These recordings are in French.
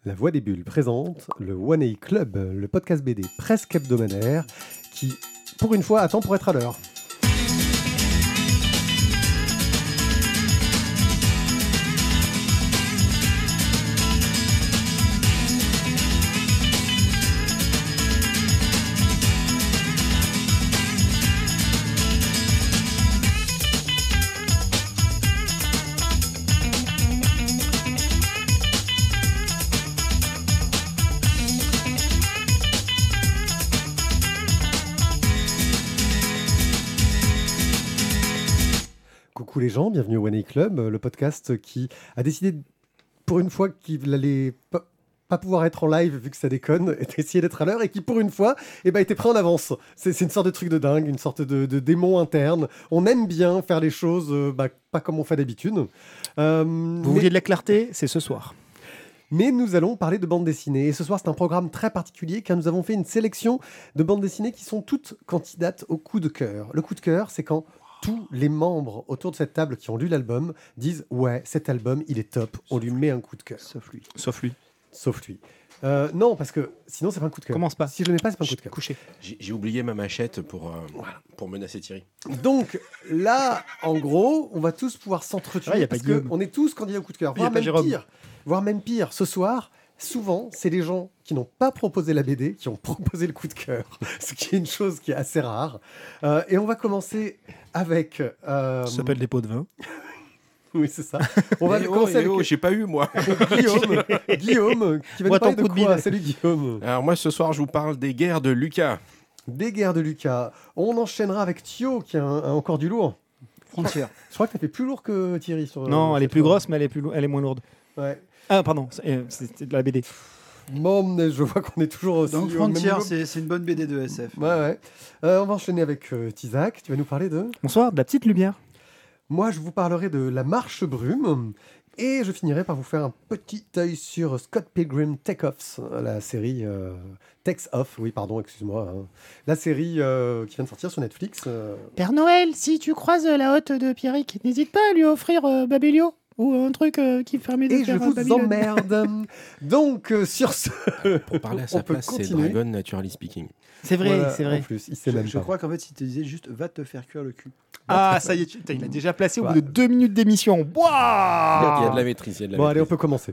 La Voix des Bulles présente le One A Club, le podcast BD presque hebdomadaire qui, pour une fois, attend pour être à l'heure. Coucou les gens, bienvenue au One A Club, le podcast qui a décidé pour une fois qu'il allait pas pouvoir être en live vu que ça déconne, et d'essayer d'être à l'heure, et qui pour une fois était prêt en avance. C'est une sorte de truc de dingue, une sorte de démon interne. On aime bien faire les choses pas comme on fait d'habitude. Vous vouliez de la clarté, c'est ce soir. Mais nous allons parler de bande dessinée. Et ce soir, c'est un programme très particulier car nous avons fait une sélection de bandes dessinées qui sont toutes candidates au coup de cœur. Le coup de cœur, c'est quand tous les membres autour de cette table qui ont lu l'album disent « Ouais, cet album, il est top, on lui met un coup de cœur. » Sauf lui. Sauf lui. Non, parce que sinon, c'est pas un coup de cœur. Commence pas. Si je le mets pas, c'est pas un coup de cœur. Couché. J'ai oublié ma machette pour menacer Thierry. Donc là, en gros, on va tous pouvoir s'entretuer y a parce pas Guillaume. qu'on est tous candidats au coup de cœur. Oui, y a pas Jérôme. Voire même pire. Ce soir, souvent, c'est les gens qui n'ont pas proposé la BD qui ont proposé le coup de cœur. Ce qui est une chose qui est assez rare. Et on va commencer avec... Ça s'appelle des pots de vin. Oui, c'est ça. On va commencer avec j'ai pas eu moi. Guillaume, qui va nous Moi, parler ton de coup de quoi? bide. Salut Guillaume. Alors moi ce soir je vous parle des guerres de Lucas. Des guerres de Lucas. On enchaînera avec Thio, qui a encore du lourd. Frontière. Je crois que t'as fait plus lourd que Thierry. Non, elle est cette plus fois. grosse, mais elle est moins lourde. Ouais. Ah, pardon, c'est de la BD. Bon, mais je vois qu'on est toujours aussi Donc au même Frontière, niveau. c'est une bonne BD de SF. Ouais. On va enchaîner avec Tizak. Tu vas nous parler de... Bonsoir, de la petite lumière. Moi, je vous parlerai de La Marche Brume. Et je finirai par vous faire un petit œil sur Scott Pilgrim Take Offs, la série Takes Off, oui, pardon, excuse-moi. La série qui vient de sortir sur Netflix. Père Noël, si tu croises la hotte de Pierrick, n'hésite pas à lui offrir Babelio ou un truc qui permet de Et je faire vous Babylone. emmerde. Donc, sur ce... Pour parler à on sa peut place, c'est continuer. Dragon Naturally Speaking. C'est vrai, Voilà, c'est vrai. En plus, il sait même Je pas. crois qu'en fait, il te disait juste va te faire cuire le cul. Ah, ça y est, il a déjà placé au Ouais. bout de 2 minutes d'émission. Il y Waouh a de la maîtrise, il y a de la Bon, allez, on maîtrise. peut commencer.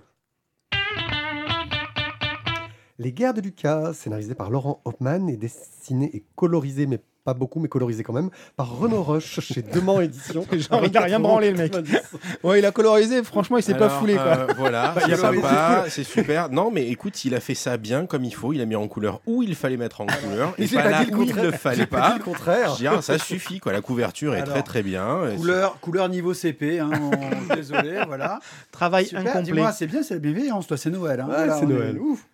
Les guerres de Lucas, scénarisé par Laurent Hoffman et dessiné et colorisé, mais pas beaucoup, mais colorisé quand même, par Renaud Roche chez Demand Éditions. Genre, il a rien branlé, le mec. 90. Ouais, il a colorisé, franchement, il s'est pas Alors, foulé, quoi. Voilà, Il a c'est pas sympa, c'est super. Non, mais écoute, il a fait ça bien comme il faut. Il a mis en couleur où il fallait mettre en couleur et J'ai pas pas là dit le où il contraire. ne fallait J'ai pas. dit le contraire. Je veux dire, ça suffit, quoi. La couverture est Alors, très très bien. Couleur niveau CP, hein, désolé, voilà. Travail Super, incomplet. dis-moi, c'est bien, c'est la bienveillance, toi, c'est Noël. Hein. Ouais, Voilà, c'est on est- Noël. Ouf.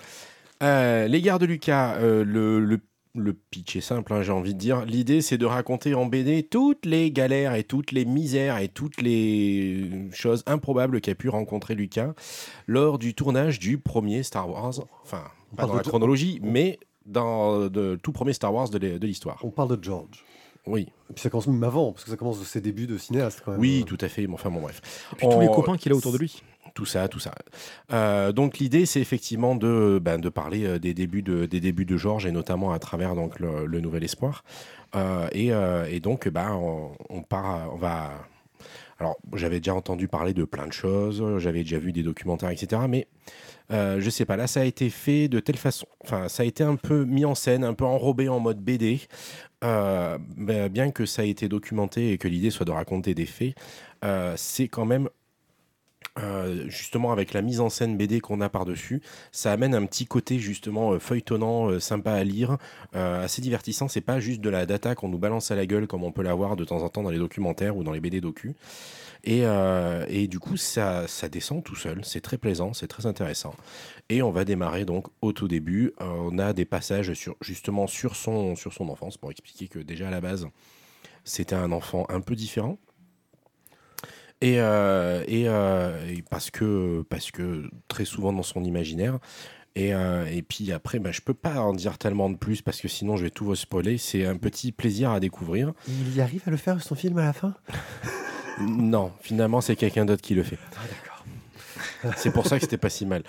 Les guerres de Lucas, le pitch est simple, hein, j'ai envie de dire. L'idée, c'est de raconter en BD toutes les galères et toutes les misères et toutes les choses improbables qu'a pu rencontrer Lucas lors du tournage du premier Star Wars. Enfin, pas parle dans de la chronologie, mais dans le tout premier Star Wars de l'histoire. On parle de George. Oui, Et puis ça commence même avant, parce que ça commence de ses débuts de cinéaste quand même. oui, tout à fait. Bon, enfin, bon, bref. Et puis tous les copains qu'il a autour de lui. Tout ça. Donc l'idée, c'est effectivement de parler des débuts de George et notamment à travers donc le Nouvel Espoir. Et donc on va. Alors j'avais déjà entendu parler de plein de choses, j'avais déjà vu des documentaires, etc. Mais je sais pas, là ça a été fait de telle façon. Enfin, ça a été un peu mis en scène, un peu enrobé en mode BD. Bien que ça ait été documenté et que l'idée soit de raconter des faits, c'est quand même justement avec la mise en scène BD qu'on a par-dessus, ça amène un petit côté justement feuilletonnant, sympa à lire, assez divertissant. C'est pas juste de la data qu'on nous balance à la gueule comme on peut l'avoir de temps en temps dans les documentaires ou dans les BD docu. Et du coup ça descend tout seul, c'est très plaisant, c'est très intéressant. Et on va démarrer donc au tout début. On a des passages sur son enfance pour expliquer que déjà à la base c'était un enfant un peu différent. Et parce que très souvent dans son imaginaire. Et puis après, je peux pas en dire tellement de plus parce que sinon je vais tout vous spoiler. C'est un petit plaisir à découvrir. Il y arrive à le faire, son film, à la fin? Non, finalement c'est quelqu'un d'autre qui le fait. Ah, d'accord. C'est pour ça que c'était pas si mal.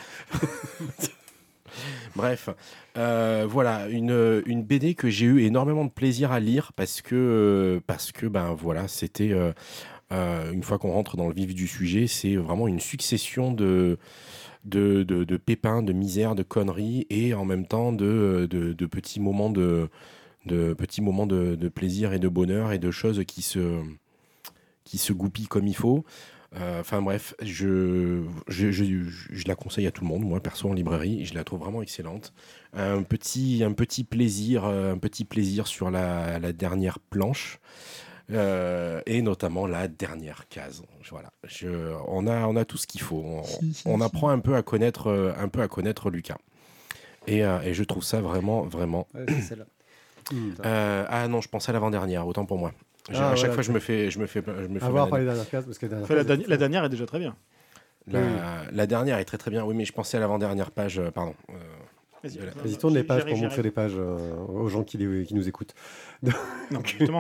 Bref, voilà, une BD que j'ai eu énormément de plaisir à lire parce que ben voilà, c'était une fois qu'on rentre dans le vif du sujet, c'est vraiment une succession de pépins, de misère, de conneries et en même temps de petits moments de plaisir et de bonheur et de choses qui se goupillent comme il faut. Enfin bref, je la conseille à tout le monde, moi perso en librairie, je la trouve vraiment excellente. Un petit plaisir sur la dernière planche. Et notamment la dernière case. Voilà, on a tout ce qu'il faut. On apprend un peu à connaître Lucas. Et je trouve ça vraiment. Ouais, c'est celle-là. Ah non, je pensais à l'avant-dernière. Autant pour moi. À chaque fois, je me fais. À voir par les dernières cases parce que La dernière est déjà très bien. La dernière est très très bien. Oui, mais je pensais à l'avant-dernière page. Pardon. Vas-y, tourne les pages pour montrer les pages aux gens qui nous écoutent. Non, justement.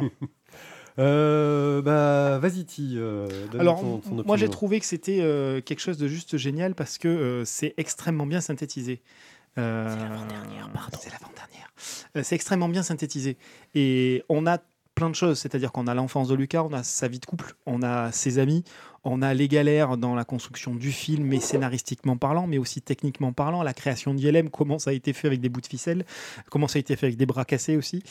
Vas-y, Ti. Alors, moi j'ai trouvé que c'était quelque chose de juste génial parce que c'est extrêmement bien synthétisé. C'est l'avant-dernière, pardon. C'est l'avant-dernière. C'est extrêmement bien synthétisé. Et on a plein de choses, c'est-à-dire qu'on a l'enfance de Lucas, on a sa vie de couple, on a ses amis, on a les galères dans la construction du film, mais scénaristiquement parlant, mais aussi techniquement parlant, la création d'ILM, comment ça a été fait avec des bouts de ficelle, comment ça a été fait avec des bras cassés aussi,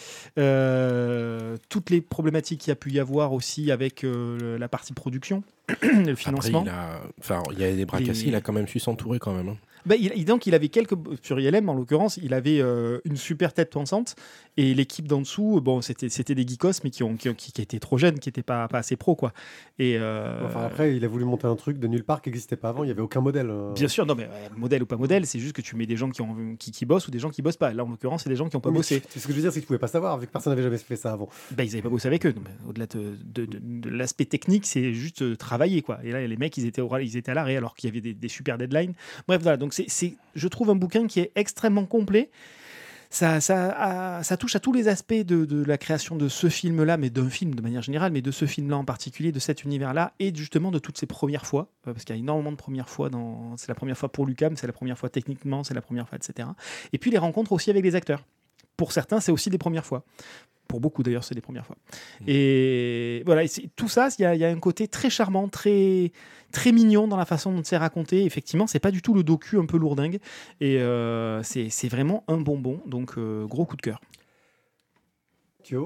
toutes les problématiques qu'il y a pu y avoir aussi avec la partie production, le financement. Après, il y a des bras cassés, il a quand même su s'entourer quand même. Hein. Donc il avait sur ILM en l'occurrence, il avait une super tête pensante et l'équipe d'en dessous, bon c'était des geekos mais qui étaient trop jeunes, qui n'étaient pas assez pro quoi. Et après il a voulu monter un truc de nulle part qui n'existait pas avant, il n'y avait aucun modèle. Bien sûr, non mais modèle ou pas modèle, c'est juste que tu mets des gens qui bossent ou des gens qui bossent pas. Là en l'occurrence c'est des gens qui n'ont pas bossé. Ce que je veux dire c'est que tu pouvais pas savoir vu que personne n'avait jamais fait ça avant. Ils n'avaient pas bossé avec eux. Au-delà de l'aspect technique, c'est juste travailler quoi. Et là les mecs ils étaient à l'arrêt alors qu'il y avait des super deadlines. Bref voilà, donc je trouve un bouquin qui est extrêmement complet. Ça touche à tous les aspects de la création de ce film-là, mais d'un film de manière générale, mais de ce film-là en particulier, de cet univers-là, et justement de toutes ces premières fois, parce qu'il y a énormément de premières fois. C'est la première fois pour Lucas, mais c'est la première fois techniquement, c'est la première fois, etc. Et puis les rencontres aussi avec les acteurs. Pour certains, c'est aussi des premières fois. Pour beaucoup d'ailleurs, c'est les premières fois. Et voilà, tout ça, il y a un côté très charmant, très, très mignon dans la façon dont c'est raconté. Effectivement, c'est pas du tout le docu un peu lourdingue. Et c'est vraiment un bonbon. Donc, gros coup de cœur. Thio ?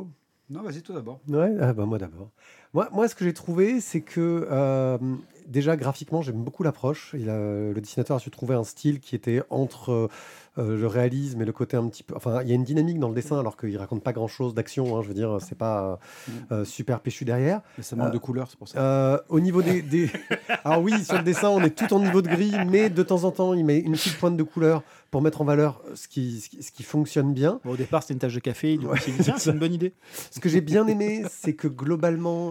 Non, vas-y, toi d'abord. Ouais, moi d'abord. Moi, ce que j'ai trouvé, c'est que déjà graphiquement, j'aime beaucoup l'approche. Le dessinateur a su trouver un style qui était entre le réalisme et le côté un petit peu. Enfin, il y a une dynamique dans le dessin, alors qu'il raconte pas grand-chose d'action. Hein, je veux dire, c'est pas super péchu derrière. Mais ça manque de couleurs, c'est pour ça. Au niveau des... Alors oui, sur le dessin, on est tout en niveau de gris, mais de temps en temps, il met une petite pointe de couleur pour mettre en valeur ce qui fonctionne bien. Bon, au départ, c'était une tache de café. Et du coup, c'est une bonne idée. Ce que j'ai bien aimé, c'est que globalement,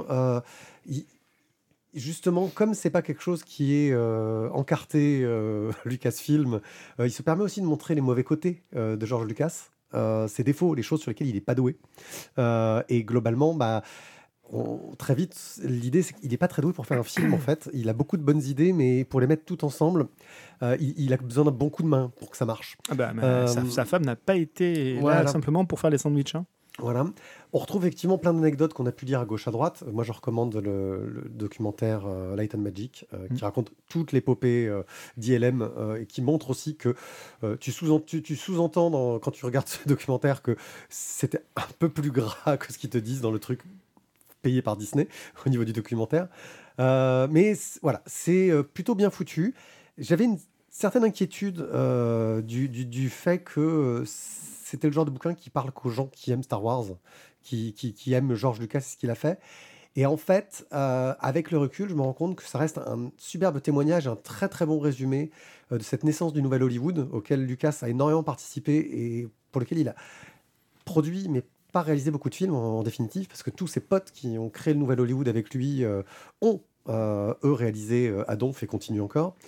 justement, comme c'est pas quelque chose qui est encarté Lucasfilm, il se permet aussi de montrer les mauvais côtés de George Lucas, ses défauts, les choses sur lesquelles il n'est pas doué. Et globalement, très vite, l'idée, c'est qu'il n'est pas très doué pour faire un film, en fait. Il a beaucoup de bonnes idées, mais pour les mettre toutes ensemble, il a besoin d'un bon coup de main pour que ça marche. Sa femme n'a pas été là simplement pour faire les sandwichs. Hein. Voilà. On retrouve effectivement plein d'anecdotes qu'on a pu lire à gauche à droite. Moi, je recommande le documentaire Light and Magic, qui raconte toute l'épopée d'ILM et qui montre aussi que tu sous-entends quand tu regardes ce documentaire que c'était un peu plus gras que ce qu'ils te disent dans le truc payé par Disney au niveau du documentaire. Mais voilà, c'est plutôt bien foutu. J'avais une certaine inquiétude du fait que c'était le genre de bouquin qui parle qu'aux gens qui aiment Star Wars, qui aiment George Lucas et ce qu'il a fait. Et en fait, avec le recul, je me rends compte que ça reste un superbe témoignage, un très très bon résumé de cette naissance du nouvel Hollywood, auquel Lucas a énormément participé et pour lequel il a produit, mais pas réalisé beaucoup de films en définitive, parce que tous ses potes qui ont créé le nouvel Hollywood avec lui ont, eux, réalisé à Donf et continuent encore.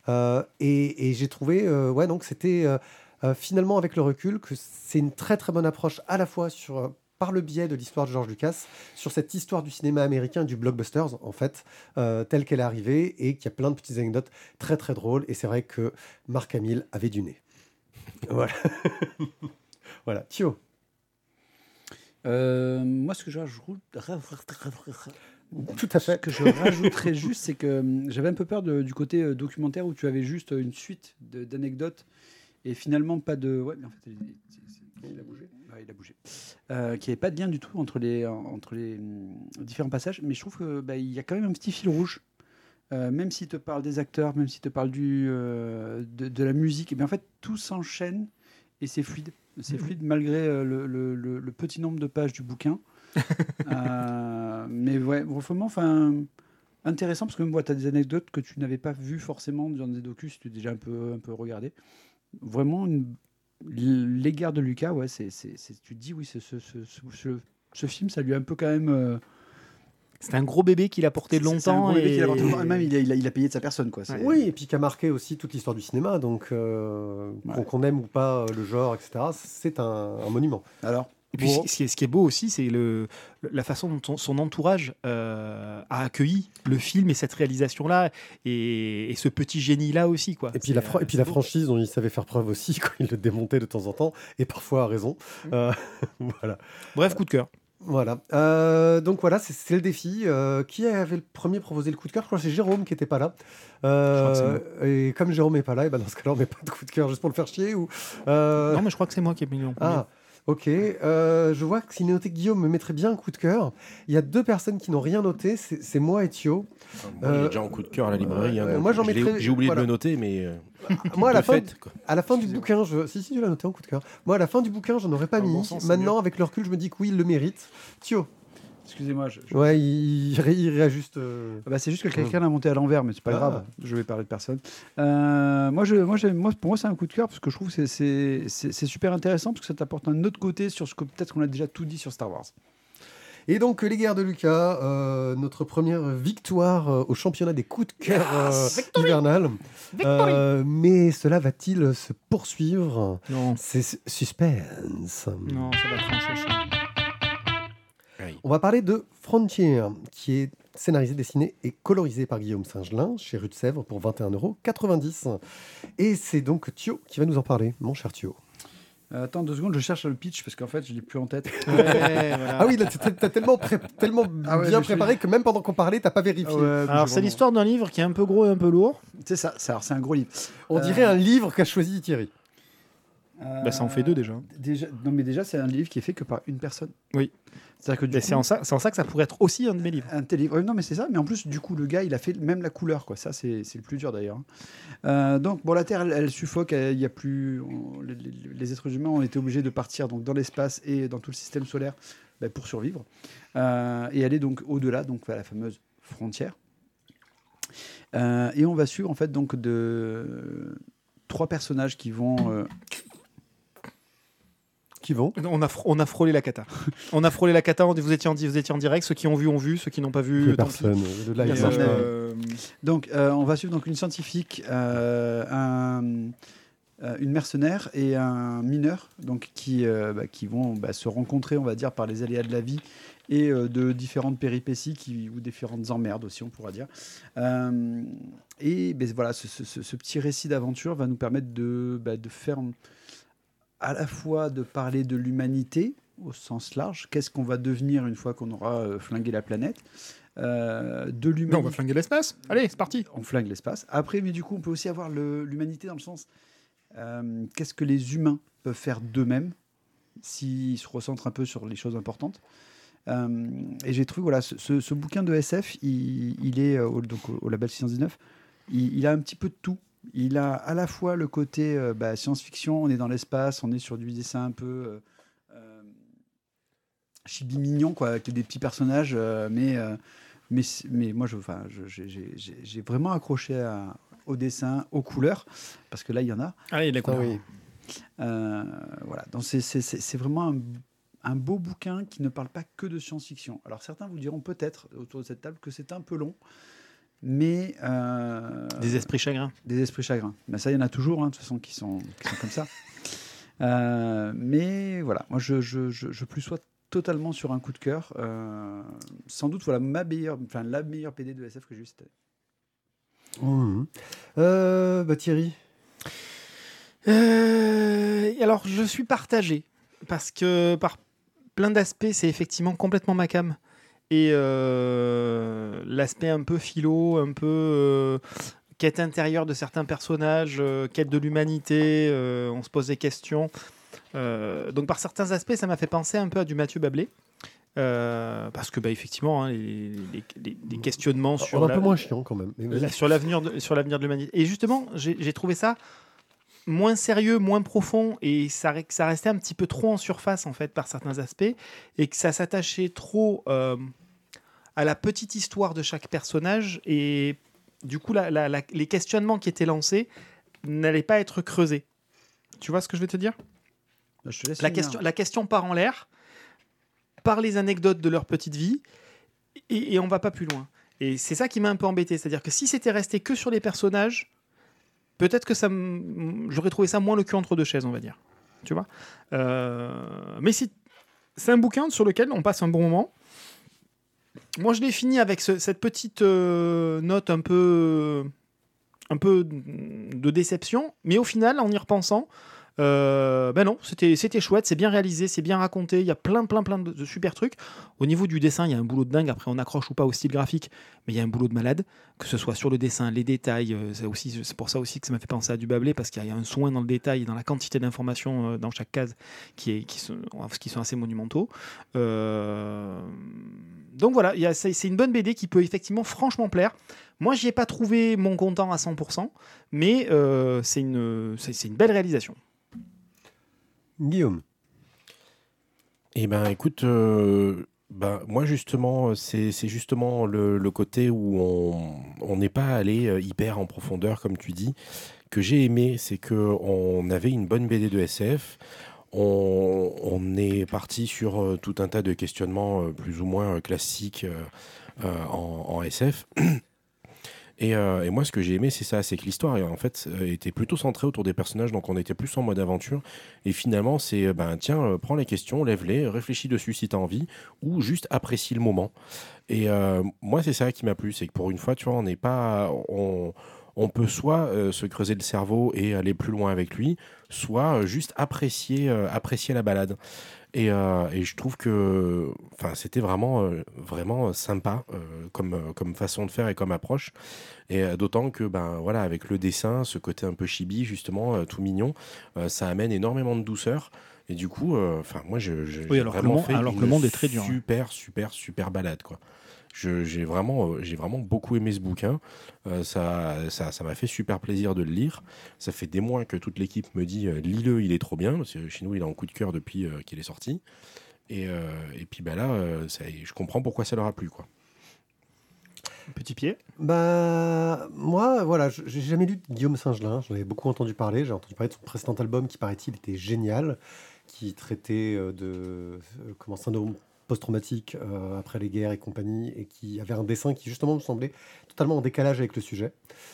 Et j'ai trouvé, donc c'était... finalement, avec le recul, que c'est une très très bonne approche à la fois sur par le biais de l'histoire de George Lucas, sur cette histoire du cinéma américain, du blockbusters, en fait, telle qu'elle est arrivée, et qu'il y a plein de petites anecdotes très très drôles. Et c'est vrai que Mark Hamill avait du nez. Voilà. Voilà. Thio. Moi, ce que je rajoute... Tout à Ce fait. que je rajouterais juste, c'est que j'avais un peu peur du côté documentaire où tu avais juste une suite d'anecdotes et finalement pas de... Ouais, mais en fait, il a bougé. Ouais, il a bougé. Qu'il n'y avait pas de lien du tout entre les différents passages. Mais je trouve qu'il y a quand même un petit fil rouge. Même s'il te parle des acteurs, même s'il te parle de la musique, et bien en fait, tout s'enchaîne et c'est fluide. C'est fluide malgré le petit nombre de pages du bouquin. Mais ouais, vraiment, intéressant parce que tu as des anecdotes que tu n'avais pas vues forcément dans des docus si tu as déjà un peu regardé. Vraiment, les guerres de Lucas, ouais, tu te dis, oui, ce film, ça lui a un peu quand même. C'est un gros bébé qu'il a porté C'est un longtemps. gros bébé qu'il a porté Et longtemps. Et même, il a payé de sa personne, quoi. C'est- Oui, et puis qui a marqué aussi toute l'histoire du cinéma, donc qu'on aime ou pas le genre, etc., c'est un monument. Alors, Et puis, ce qui est beau aussi, c'est la façon dont son entourage a accueilli le film et cette réalisation-là, et ce petit génie-là aussi, quoi. Et puis la franchise dont il savait faire preuve aussi, quand il le démontait de temps en temps, et parfois à raison. Voilà. Bref, coup de cœur. Voilà. Donc voilà, c'est le défi. Qui avait le premier proposé le coup de cœur? Je crois que c'est Jérôme qui n'était pas là. Et comme Jérôme n'est pas là, et ben dans ce cas-là, on met pas de coup de cœur juste pour le faire chier ou. Non, mais je crois que c'est moi qui ai mis en premier. Ah, ok. Je vois que si noté Guillaume me mettrait bien un coup de cœur. Il y a deux personnes qui n'ont rien noté, c'est moi et Thio. Moi, il est déjà en coup de cœur à la librairie. Hein, donc moi, j'en je l'ai- mettrais- J'ai oublié voilà. de le noter, mais Moi, à de la fin, fait, quoi. à la fin du bouquin, si tu l'as noté en coup de cœur. Moi, à la fin du bouquin, j'en aurais pas Dans le mis. bon sens, c'est Maintenant, avec le recul, je me dis que oui, il le mérite. Thio. excusez-moi, Ouais, il réajuste. c'est juste que quelqu'un l'a monté à l'envers, mais c'est pas Ah. grave. Je vais parler de personne. Pour moi, c'est un coup de cœur parce que je trouve que c'est super intéressant parce que ça t'apporte un autre côté sur ce que peut-être qu'on a déjà tout dit sur Star Wars. Et donc, les guerres de Lucas, notre première victoire au championnat des coups de cœur hivernal. Mais cela va-t-il se poursuivre? Non, C'est suspense. non, ça va trancher. ça. On va parler de Frontier, qui est scénarisé, dessiné et colorisé par Guillaume Singelin chez Rue de Sèvres pour 21,90 €. Et c'est donc Thio qui va nous en parler, mon cher Thio. Attends 2 secondes, je cherche le pitch parce qu'en fait, je l'ai plus en tête. Ouais, voilà. Ah oui, là, t'as tellement Ah ouais, bien mais préparé que même pendant qu'on parlait, t'as pas vérifié. Alors, c'est l'histoire d'un livre qui est un peu gros et un peu lourd. C'est ça, c'est un gros livre. On dirait un livre qu'a choisi Thierry. Bah, ça en fait deux déjà. Déjà, c'est un livre qui est fait que par une personne. Oui. C'est-à-dire que Et c'est en ça que ça pourrait être aussi un de mes livres. un tel livre. Non, mais c'est ça. Mais en plus, du coup, le gars, il a fait même la couleur, quoi. Ça, c'est le plus dur d'ailleurs. Donc, bon, la Terre, elle suffoque. Il y a plus. Les êtres humains ont été obligés de partir donc dans l'espace et dans tout le système solaire pour survivre et aller donc au-delà, donc à la fameuse frontière. Et on va suivre en fait donc trois personnages qui vont. Qui vont. On a frôlé la cata. On a frôlé la cata, vous étiez en direct. Ceux qui ont vu, ceux qui n'ont pas vu, Plus tant pis. personne. Le live Et, marche pas. Donc, on va suivre donc une scientifique, une mercenaire et un mineur, donc qui vont se rencontrer, on va dire, par les aléas de la vie et de différentes péripéties ou différentes emmerdes aussi, on pourra dire. Et voilà, ce petit récit d'aventure va nous permettre de faire à la fois de parler de l'humanité au sens large, qu'est-ce qu'on va devenir une fois qu'on aura flingué la planète, de l'humanité. Non, on va flinguer l'espace. Allez, c'est parti. On flingue l'espace. Après, mais du coup, on peut aussi avoir l'humanité dans le sens qu'est-ce que les humains peuvent faire d'eux-mêmes s'ils se recentrent un peu sur les choses importantes. Et j'ai trouvé, voilà, ce bouquin de SF, il est au label 619, il a un petit peu de tout. Il a à la fois le côté science-fiction, on est dans l'espace, on est sur du dessin un peu chibi mignon, quoi, avec des petits personnages, mais moi, j'ai vraiment accroché au dessin, aux couleurs, parce que là, il y en a. Allez, la couleur. oui. Voilà, donc c'est vraiment un beau bouquin qui ne parle pas que de science-fiction. Alors certains vous diront peut-être autour de cette table que c'est un peu long, mais Des esprits chagrins. des esprits chagrins. Ben ça, il y en a toujours, de toute façon, qui sont comme ça. Mais voilà, moi je plus sois totalement sur un coup de cœur. Sans doute, voilà, la meilleure BD de SF que j'ai eue cette année. Thierry. Alors, je suis partagé parce que par plein d'aspects, c'est effectivement complètement ma came. Et l'aspect un peu philo, un peu quête intérieure de certains personnages, quête de l'humanité, on se pose des questions. Donc par certains aspects, ça m'a fait penser un peu à du Mathieu Bablé. Parce que effectivement, hein, les questionnements sur un peu moins chiant quand même. sur l'avenir de l'humanité. Et justement, j'ai trouvé ça moins sérieux, moins profond, et ça restait un petit peu trop en surface en fait par certains aspects, et que ça s'attachait trop à la petite histoire de chaque personnage, et du coup les questionnements qui étaient lancés n'allaient pas être creusés. Tu vois ce que je veux te dire ? Je te laisse la question part en l'air par les anecdotes de leur petite vie, et on va pas plus loin. Et c'est ça qui m'a un peu embêté, c'est-à-dire que si c'était resté que sur les personnages, peut-être que j'aurais trouvé ça moins le cul entre deux chaises, on va dire. Tu vois, mais c'est un bouquin sur lequel on passe un bon moment. Moi, je l'ai fini avec cette petite note un peu de déception, mais au final, en y repensant, non, c'était chouette, c'est bien réalisé, c'est bien raconté, il y a plein de super trucs. Au niveau du dessin, il y a un boulot de dingue. Après, on accroche ou pas au style graphique, mais il y a un boulot de malade, que ce soit sur le dessin, les détails. C'est pour ça aussi que ça m'a fait penser à du Bablé, parce qu'il y a un soin dans le détail, dans la quantité d'informations dans chaque case qui sont assez monumentaux. Donc voilà, c'est une bonne BD qui peut effectivement franchement plaire. Moi, j'y ai pas trouvé mon content à 100%, mais c'est une belle réalisation. Guillaume. Eh ben, écoute, moi justement, c'est justement le côté où on n'est pas allé hyper en profondeur, comme tu dis, que j'ai aimé. C'est qu'on avait une bonne BD de SF. On est parti sur tout un tas de questionnements plus ou moins classiques en SF. Et moi, ce que j'ai aimé, c'est ça, c'est que l'histoire, en fait, était plutôt centrée autour des personnages, donc on était plus en mode aventure. Et finalement, c'est, tiens, prends les questions, lève-les, réfléchis dessus si t'as envie, ou juste apprécie le moment. Et moi, c'est ça qui m'a plu, c'est que pour une fois, tu vois, on peut soit se creuser le cerveau et aller plus loin avec lui, soit juste apprécier la balade. Et je trouve que c'était vraiment sympa comme façon de faire et comme approche. Et d'autant que avec le dessin, ce côté un peu chibi, justement, tout mignon, ça amène énormément de douceur. Et du coup, moi, j'ai vraiment fait alors que le monde est très dur. Super balade, quoi. J'ai vraiment beaucoup aimé ce bouquin. Ça m'a fait super plaisir de le lire. Ça fait des mois que toute l'équipe me dit lis-le, il est trop bien. Parce que chez nous, il est en coup de cœur depuis qu'il est sorti. Et puis je comprends pourquoi ça leur a plu, quoi. Petit pied. Moi, voilà, j'ai jamais lu de Guillaume Singelin. J'en avais beaucoup entendu parler. J'ai entendu parler de son précédent album qui, paraît-il, était génial, qui traitait de syndrome post-traumatique après les guerres et compagnie, et qui avait un dessin qui justement me semblait totalement en décalage avec le sujet.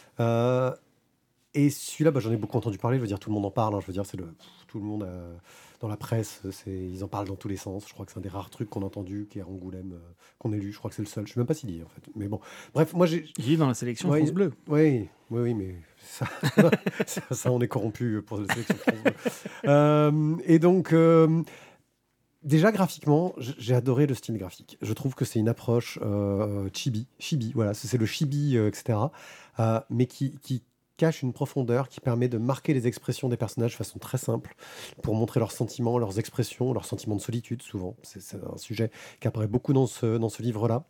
Et celui-là, j'en ai beaucoup entendu parler. Je veux dire, tout le monde en parle. Je veux dire, tout le monde dans la presse, ils en parlent dans tous les sens. Je crois que c'est un des rares trucs qu'on a entendu, qui est Angoulême, qu'on ait lu. Je crois que c'est le seul. Je sais même pas s'il y est en fait. Mais bon, bref, moi il est dans la sélection France Bleu. Oui, mais ça, on est corrompu pour la sélection France Bleu. Et donc. Déjà, graphiquement, j'ai adoré le style graphique. Je trouve que c'est une approche chibi, voilà, c'est le chibi, etc. Mais qui cache une profondeur qui permet de marquer les expressions des personnages de façon très simple pour montrer leurs sentiments, leurs expressions, leurs sentiments de solitude, souvent. C'est un sujet qui apparaît beaucoup dans ce livre-là.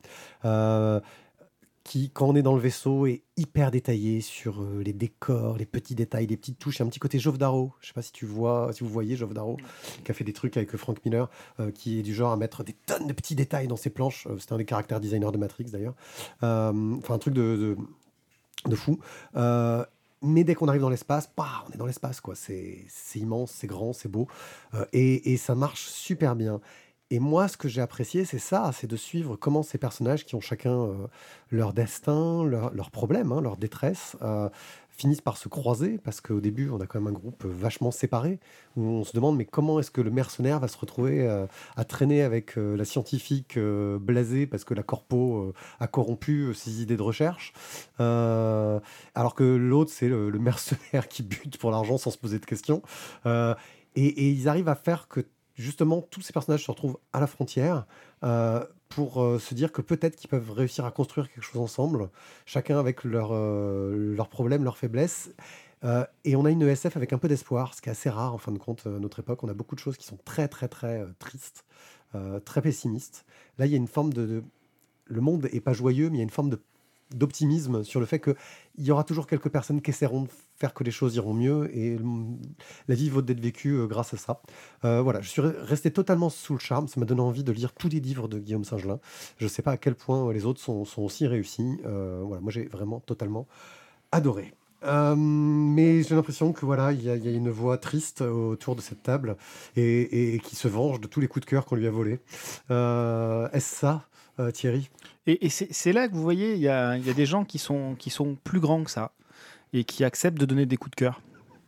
Qui, quand on est dans le vaisseau, est hyper détaillé sur les décors, les petits détails, les petites touches. Il y a un petit côté Jove Darrow. Je ne sais pas si vous voyez Jove Darrow, qui a fait des trucs avec Frank Miller, qui est du genre à mettre des tonnes de petits détails dans ses planches. C'était un des caractères designers de Matrix, d'ailleurs. Un truc de fou. Mais dès qu'on arrive dans l'espace, on est dans l'espace, quoi. C'est immense, c'est grand, c'est beau. Et ça marche super bien. Et moi, ce que j'ai apprécié, c'est ça, c'est de suivre comment ces personnages qui ont chacun leur destin, leurs problèmes, leur détresse, finissent par se croiser, parce qu'au début, on a quand même un groupe vachement séparé, où on se demande, mais comment est-ce que le mercenaire va se retrouver à traîner avec la scientifique blasée, parce que la corpo a corrompu ses idées de recherche, alors que l'autre, c'est le mercenaire qui bute pour l'argent sans se poser de questions. Et ils arrivent à faire que justement, tous ces personnages se retrouvent à la frontière pour se dire que peut-être qu'ils peuvent réussir à construire quelque chose ensemble, chacun avec leurs problèmes, leurs faiblesses. Et on a une ESF avec un peu d'espoir, ce qui est assez rare en fin de compte à notre époque. On a beaucoup de choses qui sont très, très, très tristes, très pessimistes. Là, il y a une forme de... Le monde n'est pas joyeux, mais il y a une forme d'optimisme sur le fait qu'il y aura toujours quelques personnes qui essaieront de faire que les choses iront mieux et la vie vaut d'être vécue grâce à ça. Voilà, je suis resté totalement sous le charme. Ça m'a donné envie de lire tous les livres de Guillaume Singelin. Je ne sais pas à quel point les autres sont aussi réussis. Voilà, moi, j'ai vraiment totalement adoré. Mais j'ai l'impression que voilà, il y a une voix triste autour de cette table et qui se venge de tous les coups de cœur qu'on lui a volés. Est-ce ça, Thierry? Et c'est là que vous voyez, il y a des gens qui sont plus grands que ça et qui acceptent de donner des coups de cœur.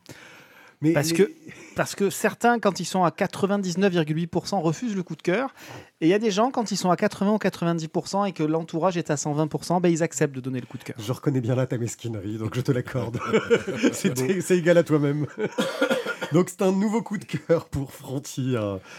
Parce que certains, quand ils sont à 99,8%, refusent le coup de cœur. Et il y a des gens, quand ils sont à 80 ou 90% et que l'entourage est à 120%, ben ils acceptent de donner le coup de cœur. Je reconnais bien là ta mesquinerie, donc je te l'accorde. C'est égal à toi-même. Donc c'est un nouveau coup de cœur pour Frontier.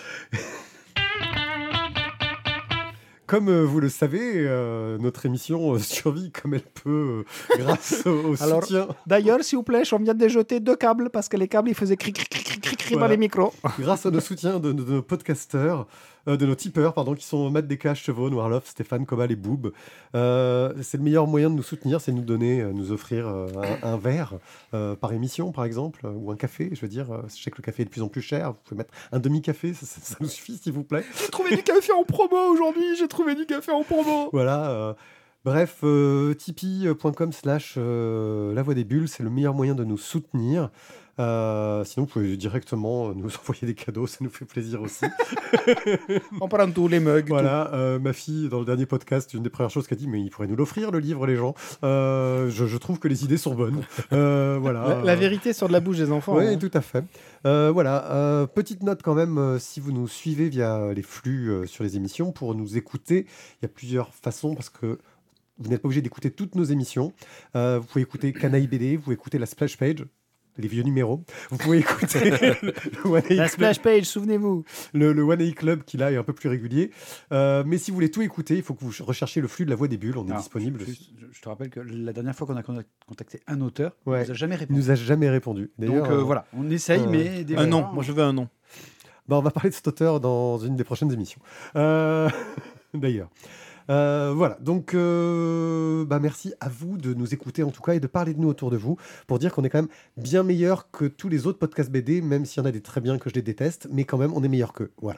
Comme vous le savez, notre émission survit comme elle peut grâce au soutien. D'ailleurs, s'il vous plaît, on vient de jeter 2 câbles parce que les câbles ils faisaient cric dans les micros. Grâce au soutien de nos podcasteurs, de nos tipeurs, pardon, qui sont Matt Descaches, Chevaux, Noirloff, Stéphane, Cobal et Boob. C'est le meilleur moyen de nous soutenir, c'est nous offrir un verre par émission, par exemple, ou un café. Je veux dire, je sais que le café est de plus en plus cher. Vous pouvez mettre un demi-café, ça nous suffit, s'il vous plaît. J'ai trouvé du café en promo aujourd'hui. Voilà. Bref, tipeee.com/La Voix des Bulles, c'est le meilleur moyen de nous soutenir. Sinon, vous pouvez directement nous envoyer des cadeaux, ça nous fait plaisir aussi. On prend tous les mugs. Voilà, ma fille, dans le dernier podcast, une des premières choses qu'elle a dit, mais il pourrait nous l'offrir, le livre, les gens. Je trouve que les idées sont bonnes. Voilà. La vérité sort de la bouche des enfants. Oui, tout à fait. Voilà, petite note quand même, si vous nous suivez via les flux sur les émissions, pour nous écouter, il y a plusieurs façons, parce que vous n'êtes pas obligé d'écouter toutes nos émissions. Vous pouvez écouter Canaille BD, vous pouvez écouter la Splash Page, les vieux numéros. Vous pouvez écouter le One A la Splash Page, souvenez-vous. Le One A Club qui là est un peu plus régulier. Mais si vous voulez tout écouter, il faut que vous recherchiez le flux de La Voix des Bulles. On est disponible. Je te rappelle que la dernière fois qu'on a contacté un auteur, ouais, il nous a jamais répondu. Il nous a jamais répondu. Donc voilà, on essaye, mais un nom. Moi, je veux un nom. On va parler de cet auteur dans une des prochaines émissions. D'ailleurs. Voilà, donc merci à vous de nous écouter en tout cas et de parler de nous autour de vous pour dire qu'on est quand même bien meilleur que tous les autres podcasts BD, même s'il y en a des très bien que je les déteste, mais quand même on est meilleur qu'eux. Voilà.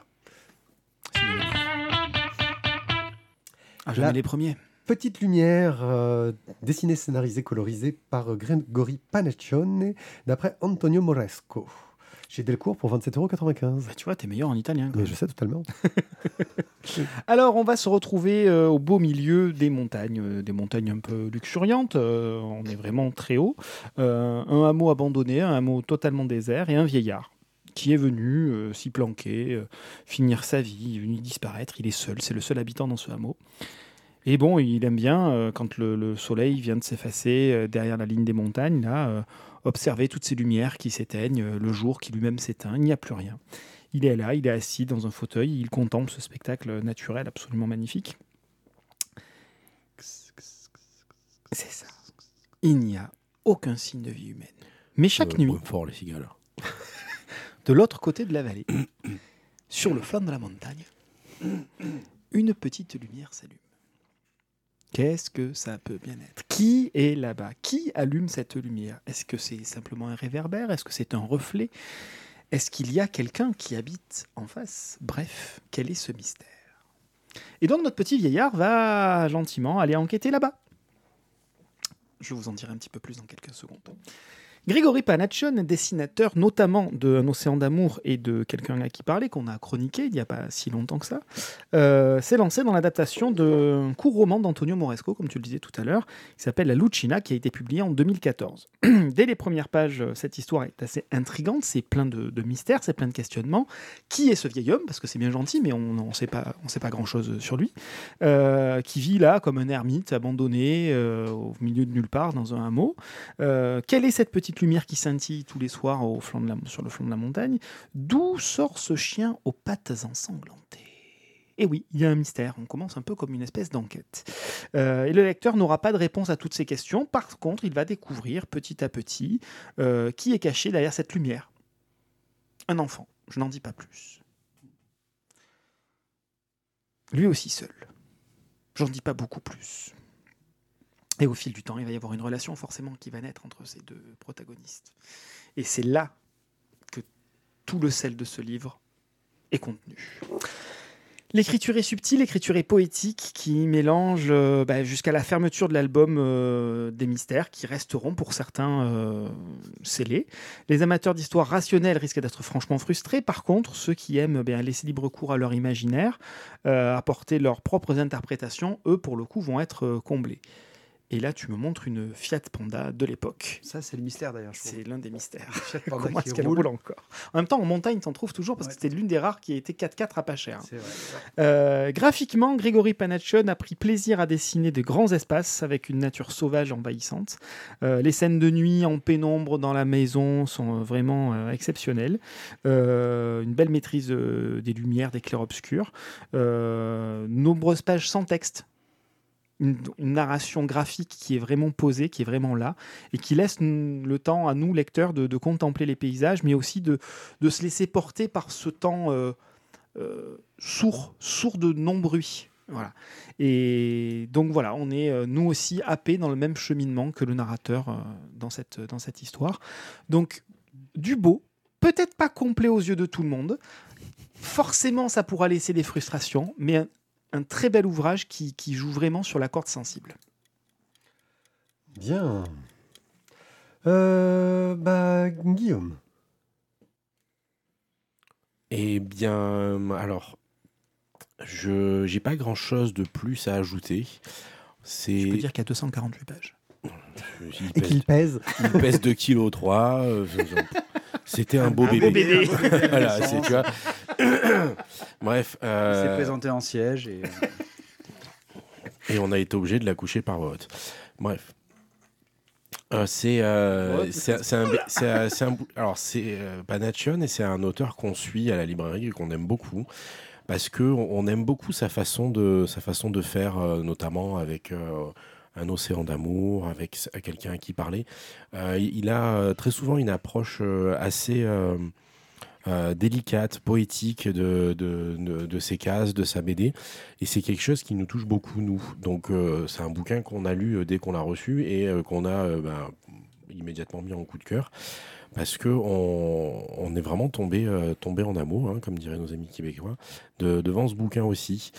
Jamais les premiers. Petite lumière, dessinée, scénarisée, colorisée par Gregory Panaccione, d'après Antonio Moresco. Chez Delcourt pour 27,95 €. Bah, tu vois, t'es meilleur en italien. Mais je sais totalement. Alors, on va se retrouver au beau milieu des montagnes un peu luxuriantes. On est vraiment très haut. Un hameau abandonné, un hameau totalement désert et un vieillard qui est venu s'y planquer, finir sa vie, il est venu disparaître. Il est seul, c'est le seul habitant dans ce hameau. Et bon, il aime bien, quand le soleil vient de s'effacer derrière la ligne des montagnes, là, observer toutes ces lumières qui s'éteignent, le jour qui lui-même s'éteint, il n'y a plus rien. Il est là, il est assis dans un fauteuil, il contemple ce spectacle naturel absolument magnifique. C'est ça. Il n'y a aucun signe de vie humaine. Mais chaque nuit, fort les cigales. de l'autre côté de la vallée, sur le flanc de la montagne, une petite lumière s'allume. Qu'est-ce que ça peut bien être? Qui est là-bas? Qui allume cette lumière? Est-ce que c'est simplement un réverbère? Est-ce que c'est un reflet? Est-ce qu'il y a quelqu'un qui habite en face? Bref, quel est ce mystère? Et donc notre petit vieillard va gentiment aller enquêter là-bas. Je vous en dirai un petit peu plus dans quelques secondes. Grégory Panachon, dessinateur notamment de Un océan d'amour et de Quelqu'un à qui parler, qu'on a chroniqué il n'y a pas si longtemps que ça, s'est lancé dans l'adaptation d'un court roman d'Antonio Moresco, comme tu le disais tout à l'heure, qui s'appelle La Lucina, qui a été publié en 2014. Dès les premières pages, cette histoire est assez intrigante, c'est plein de mystères, c'est plein de questionnements. Qui est ce vieil homme? Parce que c'est bien gentil, mais on ne sait pas grand-chose sur lui. Qui vit là comme un ermite abandonné au milieu de nulle part dans un hameau. Quelle est cette petite lumière qui scintille tous les soirs sur le flanc de la montagne? D'où sort ce chien aux pattes ensanglantées? Et oui, il y a un mystère. On commence un peu comme une espèce d'enquête. Et le lecteur n'aura pas de réponse à toutes ces questions. Par contre, il va découvrir petit à petit qui est caché derrière cette lumière. Un enfant. Je n'en dis pas plus. Lui aussi seul. J'en dis pas beaucoup plus. Et au fil du temps, il va y avoir une relation forcément qui va naître entre ces deux protagonistes. Et c'est là que tout le sel de ce livre est contenu. L'écriture est subtile, l'écriture est poétique, qui mélange jusqu'à la fermeture de l'album des mystères qui resteront pour certains scellés. Les amateurs d'histoire rationnelle risquent d'être franchement frustrés. Par contre, ceux qui aiment laisser libre cours à leur imaginaire, apporter leurs propres interprétations, eux, pour le coup, vont être comblés. Et là, tu me montres une Fiat Panda de l'époque. Ça, c'est le mystère d'ailleurs. Je trouve. C'est l'un des mystères. Fiat Panda Comment qui est-ce qu'elle roule. roule encore? En même temps, en montagne, t'en trouves toujours parce que Ouais. c'était l'une des rares qui a été 4x4 à pas cher. C'est vrai. Graphiquement, Grégory Panachon a pris plaisir à dessiner de grands espaces avec une nature sauvage envahissante. Les scènes de nuit en pénombre dans la maison sont vraiment exceptionnelles. Une belle maîtrise des lumières, des clairs-obscurs. Nombreuses pages sans texte. Une narration graphique qui est vraiment posée, qui est vraiment là, et qui laisse le temps à nous, lecteurs, de contempler les paysages, mais aussi de se laisser porter par ce temps sourd de non-bruit. Voilà. Et donc voilà, on est nous aussi happés dans le même cheminement que le narrateur dans cette histoire. Donc du beau, peut-être pas complet aux yeux de tout le monde. Forcément, ça pourra laisser des frustrations, mais un très bel ouvrage qui joue vraiment sur la corde sensible. Bien. Guillaume. Eh bien, alors, je n'ai pas grand-chose de plus à ajouter. Je peux dire qu'il y a 248 pages. Et qu'il pèse. Il pèse 2,3 kg. C'était un beau bébé. Voilà, tu vois. Bref. C'est présenté en siège Et on a été obligé de la coucher par voie haute. Bref. Panachon et c'est un auteur qu'on suit à la librairie et qu'on aime beaucoup parce que on aime beaucoup sa façon de faire, notamment avec Un océan d'amour, avec Quelqu'un à qui parler. Il a très souvent une approche assez délicate, poétique de ses cases, de sa BD. Et c'est quelque chose qui nous touche beaucoup, nous. Donc, c'est un bouquin qu'on a lu dès qu'on l'a reçu et qu'on a immédiatement mis en coup de cœur. Parce qu'on est vraiment tombé en amour, hein, comme diraient nos amis québécois, devant ce bouquin aussi.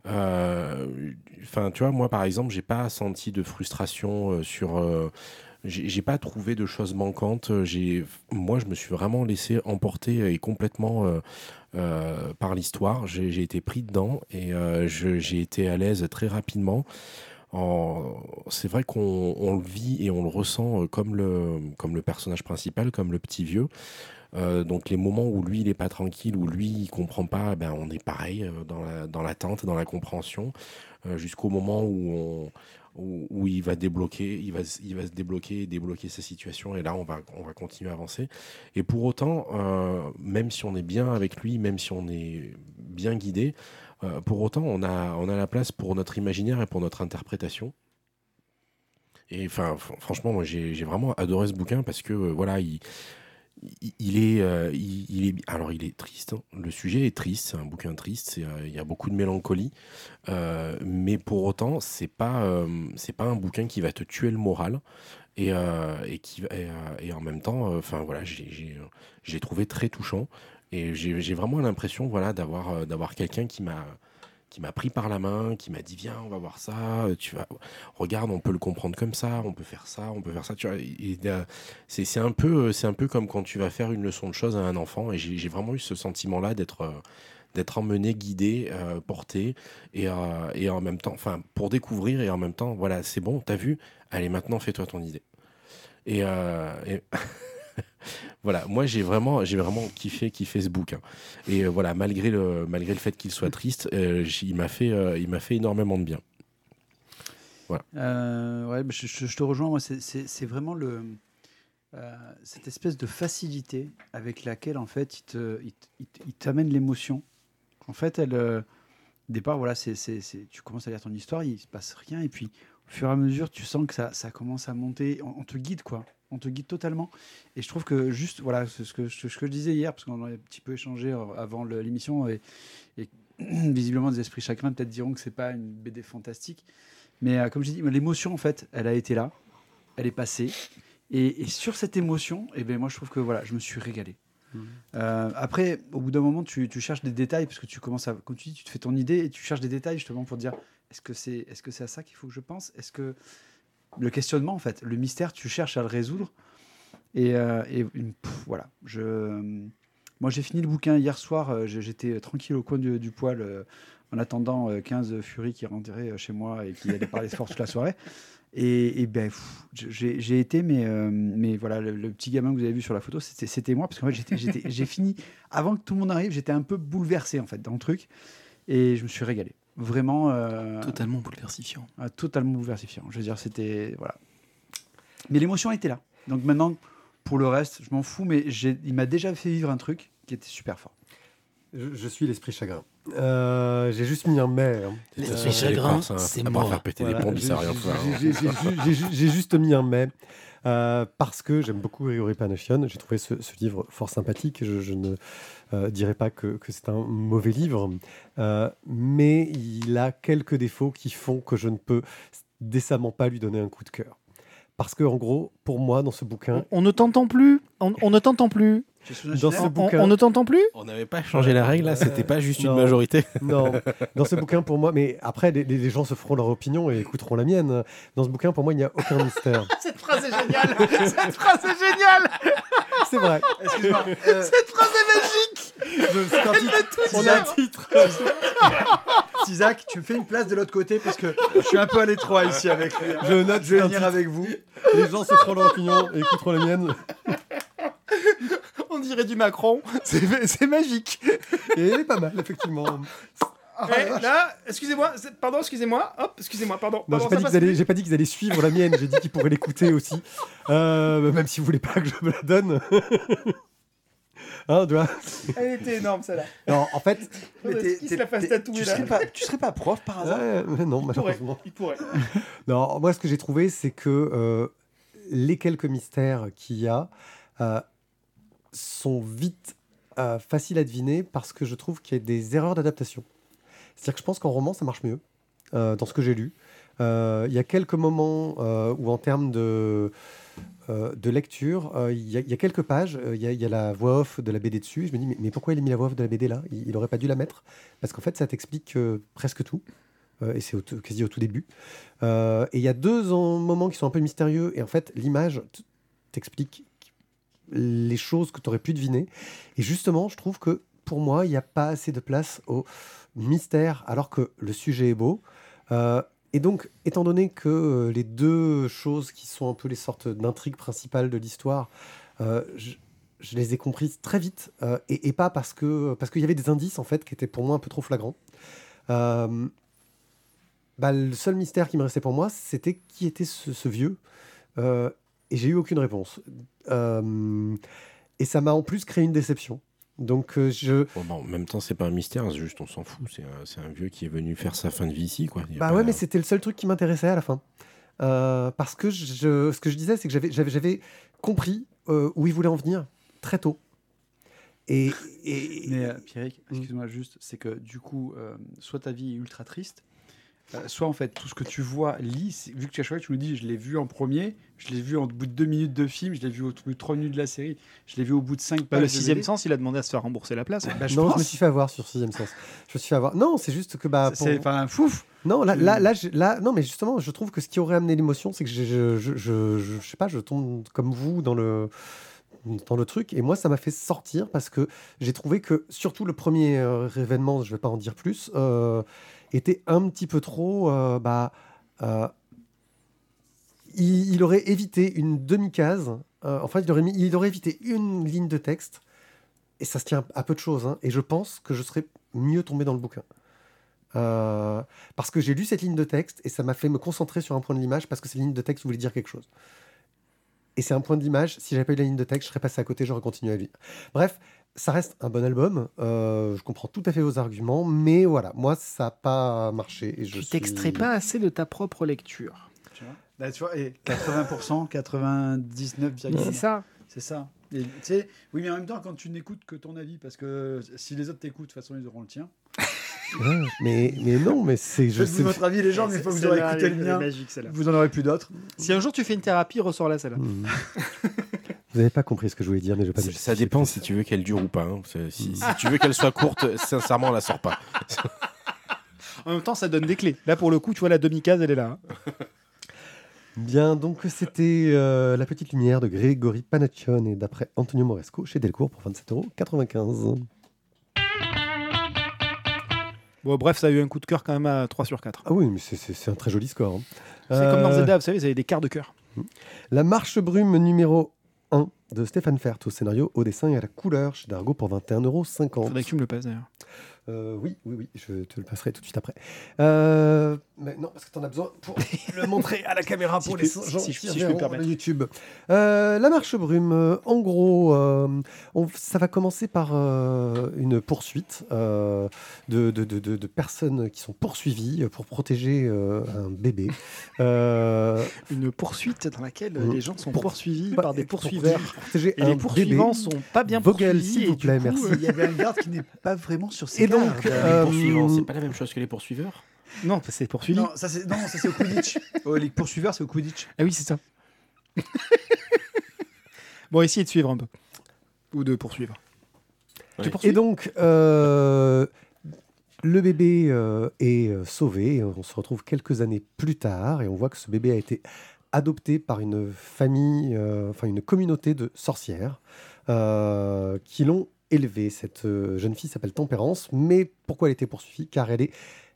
Tu vois, moi, par exemple, j'ai pas senti de frustration j'ai pas trouvé de choses manquantes. Moi, je me suis vraiment laissé emporter et complètement par l'histoire. J'ai été pris dedans et j'ai été à l'aise très rapidement. C'est vrai qu'on le vit et on le ressent comme le personnage principal, comme le petit vieux. Donc les moments où lui il est pas tranquille, où lui il comprend pas, on est pareil dans l'attente, dans la compréhension, jusqu'au moment où il va débloquer, il va se débloquer sa situation et là on va continuer à avancer. Et pour autant, même si on est bien avec lui, même si on est bien guidé, pour autant on a la place pour notre imaginaire et pour notre interprétation. Et franchement, moi j'ai vraiment adoré ce bouquin parce que voilà, il est triste, hein. Le sujet est triste, c'est un bouquin triste, il y a beaucoup de mélancolie, mais pour autant c'est pas un bouquin qui va te tuer le moral et en même temps voilà, j'ai trouvé très touchant et j'ai vraiment l'impression, voilà, d'avoir quelqu'un qui m'a pris par la main, qui m'a dit viens, on va voir ça, regarde, on peut le comprendre comme ça, on peut faire ça, tu vois. C'est un peu comme quand tu vas faire une leçon de choses à un enfant, et j'ai vraiment eu ce sentiment-là d'être emmené, guidé, porté, et en même temps, enfin, pour découvrir, et en même temps, voilà, c'est bon, t'as vu, allez, maintenant, fais-toi ton idée. Et voilà, moi j'ai vraiment kiffé ce bouquin. Et voilà, malgré le fait qu'il soit triste, il m'a fait énormément de bien. Voilà. Ouais, je te rejoins. Moi, c'est vraiment cette espèce de facilité avec laquelle en fait il t'amène l'émotion. En fait, au départ, voilà, tu commences à lire ton histoire, il se passe rien, et puis au fur et à mesure, tu sens que ça commence à monter. On te guide, quoi. On te guide totalement. Et je trouve que juste, voilà, ce que je disais hier, parce qu'on a un petit peu échangé avant l'émission, et visiblement, des esprits chacun peut-être diront que c'est pas une BD fantastique. Mais comme je dis, l'émotion, en fait, elle a été là, elle est passée. Et sur cette émotion, ben, moi, je trouve que voilà, je me suis régalé. Après, au bout d'un moment, tu cherches des détails, parce que tu commences à, comme tu dis, tu te fais ton idée et tu cherches des détails justement pour dire est-ce que c'est à ça qu'il faut que je pense ? Est-ce que le questionnement, en fait, le mystère, tu cherches à le résoudre. Voilà. Moi, j'ai fini le bouquin hier soir. J'étais tranquille au coin du poêle en attendant 15 furies qui rentraient chez moi et qui allaient parler fort toute la soirée. Et ben, j'ai été, mais voilà, le petit gamin que vous avez vu sur la photo, c'était moi, parce qu'en fait, j'ai fini, avant que tout le monde arrive, j'étais un peu bouleversé, en fait, dans le truc, et je me suis régalé. Vraiment. Totalement bouleversifiant. Totalement bouleversifiant. Je veux dire, c'était. Voilà. Mais l'émotion était là. Donc maintenant, pour le reste, je m'en fous, mais il m'a déjà fait vivre un truc qui était super fort. Je suis l'esprit chagrin. J'ai juste mis un mais. Hein. L'esprit chagrin, c'est mort. Faire péter des bombes, ça rien faire. J'ai juste mis un mais. Parce que j'aime beaucoup Grégory Panachian. J'ai trouvé ce livre fort sympathique. Je ne dirais pas que c'est un mauvais livre. Mais il a quelques défauts qui font que je ne peux décemment pas lui donner un coup de cœur. Parce que, en gros, pour moi, dans ce bouquin... On ne t'entend plus. On ne t'entend plus. Dans ce bouquin... On ne t'entend plus. On n'avait pas changé la règle, là. C'était pas juste une majorité. Non. Dans ce bouquin, pour moi... Mais après, les gens se feront leur opinion et écouteront la mienne. Dans ce bouquin, pour moi, il n'y a aucun mystère. Cette phrase est géniale. Cette phrase est géniale. C'est vrai. Excuse-moi. Cette phrase est magique. On a un titre. Isaac, tu me fais une place de l'autre côté parce que je suis un peu à l'étroit ici avec lui. Je note, je vais venir avec vous. Les gens se feront leur opinion et écouteront la mienne. On dirait du Macron. C'est magique. Et elle est pas mal, effectivement. Là, excusez-moi. Pardon, excusez-moi. Hop, excusez-moi, pardon. Non, j'ai pas dit qu'ils allaient suivre la mienne. J'ai dit qu'ils pourraient l'écouter aussi. Même si vous voulez pas que je me la donne. Hein, tu vois. Elle était énorme, celle-là. Non, en fait... Qui se la fasse tatouer, là. Tu serais pas prof, par hasard? Non, malheureusement. Il pourrait. Non, moi, ce que j'ai trouvé, c'est que les quelques mystères qu'il y a sont vite faciles à deviner parce que je trouve qu'il y a des erreurs d'adaptation. C'est-à-dire que je pense qu'en roman, ça marche mieux, dans ce que j'ai lu. Il y a quelques moments où, en termes de lecture, il y a quelques pages, il y a la voix off de la BD dessus. Je me dis, mais pourquoi il a mis la voix off de la BD là ? Il n'aurait pas dû la mettre. Parce qu'en fait, ça t'explique presque tout. Et c'est quasi au tout début. Et il y a deux moments qui sont un peu mystérieux. Et en fait, l'image t'explique les choses que tu aurais pu deviner. Et justement, je trouve que pour moi, il n'y a pas assez de place au mystère, alors que le sujet est beau. Et donc, étant donné que les deux choses qui sont un peu les sortes d'intrigues principales de l'histoire, je les ai comprises très vite, et pas parce qu'il y avait des indices, en fait, qui étaient pour moi un peu trop flagrants. Le seul mystère qui me restait pour moi, c'était qui était ce vieux, et j'ai eu aucune réponse. Et ça m'a en plus créé une déception. Donc en même temps, c'est pas un mystère, c'est juste on s'en fout. C'est un vieux qui est venu faire sa fin de vie ici, quoi. Ouais, mais c'était le seul truc qui m'intéressait à la fin. Parce que ce que je disais, c'est que j'avais compris où il voulait en venir très tôt. Mais Pierrick, excuse-moi juste, c'est que du coup, soit ta vie est ultra triste, soit en fait tout ce que tu vois, vu que tu as choisi, tu nous dis je l'ai vu en premier, je l'ai vu au bout de 2 minutes de film, je l'ai vu au bout de 3 minutes de la série, je l'ai vu au bout de 5 pages. Le de sixième BD. sens, il a demandé à se faire rembourser la place. Bah, je Non, pense. je me suis fait avoir sur Sixième Sens. Je me suis fait avoir. Non, c'est juste que C'est enfin fouf. Non, non, mais justement, je trouve que ce qui aurait amené l'émotion, c'est que je sais pas, je tombe comme vous dans le truc, et moi, ça m'a fait sortir parce que j'ai trouvé que, surtout le premier événement, je vais pas en dire plus, était un petit peu trop, il aurait évité une demi-case, il aurait évité une ligne de texte, et ça se tient à peu de choses, hein, et je pense que je serais mieux tombé dans le bouquin. Parce que j'ai lu cette ligne de texte et ça m'a fait me concentrer sur un point de l'image parce que cette ligne de texte voulait dire quelque chose. Et c'est un point de l'image, si j'avais pas eu la ligne de texte, je serais passé à côté, j'aurais continué à lire. Bref, ça reste un bon album, je comprends tout à fait vos arguments, mais voilà, moi ça n'a pas marché. Et Tu t'extrais pas assez de ta propre lecture. Tu vois, là, tu vois, et 80%, 99,9%. C'est ça. C'est ça. Et, tu sais, oui, mais en même temps, quand tu n'écoutes que ton avis, parce que si les autres t'écoutent, de toute façon, ils auront le tien. Ouais, mais non, mais c'est... Faites-vous votre avis, les gens, mais une fois que vous aurez écouté le mien, vous en aurez plus d'autres. Si un jour tu fais une thérapie, ressors là celle-là. Vous n'avez pas compris ce que je voulais dire, mais je vais pas... Ça dépend si tu veux qu'elle dure ou pas. Hein. Si tu veux qu'elle soit courte, sincèrement, on la sort pas. En même temps, ça donne des clés. Là, pour le coup, tu vois, la demi-case, elle est là. Bien, donc c'était La Petite Lumière de Grégory Panaccione d'après Antonio Moresco chez Delcourt pour 27,95 €. Bon, bref, ça a eu un coup de cœur quand même à 3 sur 4. Ah oui, mais c'est un très joli score. Hein. C'est comme dans Zelda, vous savez, vous avez des quarts de cœur. La Marche Brume numéro 1 de Stéphane Fert, au scénario, au dessin et à la couleur chez Dargaud pour 21,50 €. Faudrait que tu me le passes d'ailleurs. Oui, je te le passerai tout de suite après. Mais non, parce que tu en as besoin pour le montrer à la caméra pour les gens si qui je peux me verront permettre. le YouTube. La Marche Brume, en gros, ça va commencer par une poursuite de personnes qui sont poursuivies pour protéger un bébé. Une poursuite dans laquelle les gens sont Pour- poursuivis Bah, par des pour poursuiveurs. protéger Et un les poursuivants bébé. sont pas bien Vogel, poursuivis. s'il vous et du plaît, coup, merci. Il y avait un garde qui n'est pas vraiment sur ses Et donc, gardes. Les poursuivants, c'est pas la même chose que les poursuiveurs. Non, c'est poursuivi. Non, ça c'est au Quidditch. Les poursuiveurs, c'est au Quidditch. Ah oui, c'est ça. Bon, essayez de suivre un peu. Ou de poursuivre. Ouais. Tu poursuis Et donc, le bébé est sauvé. On se retrouve quelques années plus tard et on voit que ce bébé a été adopté par une famille, une communauté de sorcières qui l'ont élevé. Cette jeune fille s'appelle Tempérance, mais pourquoi elle a été poursuivie? Car elle est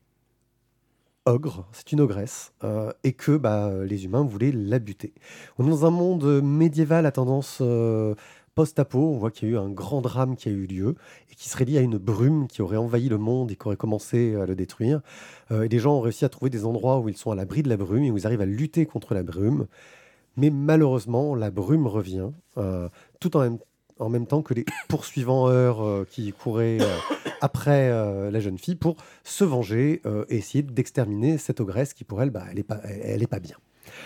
ogre, c'est une ogresse, et que les humains voulaient la buter. On est dans un monde médiéval à tendance post-apo. On voit qu'il y a eu un grand drame qui a eu lieu et qui serait lié à une brume qui aurait envahi le monde et qui aurait commencé à le détruire. Et les gens ont réussi à trouver des endroits où ils sont à l'abri de la brume et où ils arrivent à lutter contre la brume. Mais malheureusement, la brume revient, tout en même temps que les poursuivants qui couraient après la jeune fille pour se venger et essayer d'exterminer cette ogresse qui, pour elle, elle est pas bien.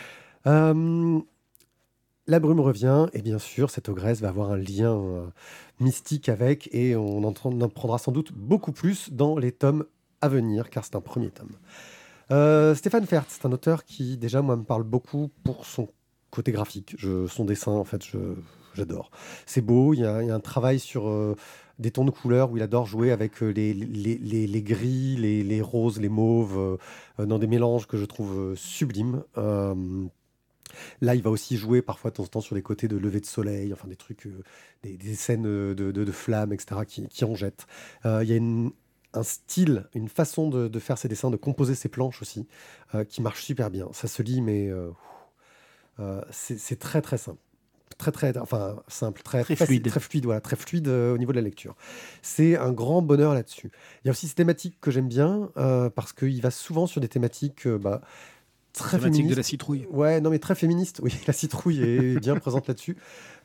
La brume revient et bien sûr, cette ogresse va avoir un lien mystique avec et on en apprendra sans doute beaucoup plus dans les tomes à venir car c'est un premier tome. Stéphane Fert, c'est un auteur qui déjà moi me parle beaucoup pour son côté graphique. Son dessin, en fait, j'adore. C'est beau, il y a un travail sur des tons de couleurs où il adore jouer avec les gris, les roses, les mauves, dans des mélanges que je trouve sublimes. Là, il va aussi jouer parfois de temps en temps sur les côtés de lever de soleil, enfin des trucs, des scènes de flammes, etc., qui en jettent. Il y a un style, une façon de faire ses dessins, de composer ses planches aussi, qui marche super bien. Ça se lit, mais c'est très très simple. Simple, très fluide. Très fluide, voilà, très fluide au niveau de la lecture. C'est un grand bonheur là-dessus. Il y a aussi ces thématiques que j'aime bien, parce qu'il va souvent sur des thématiques très Thématique féministes. de la citrouille. Ouais, non, mais très féministe. Oui, la citrouille est bien présente là-dessus.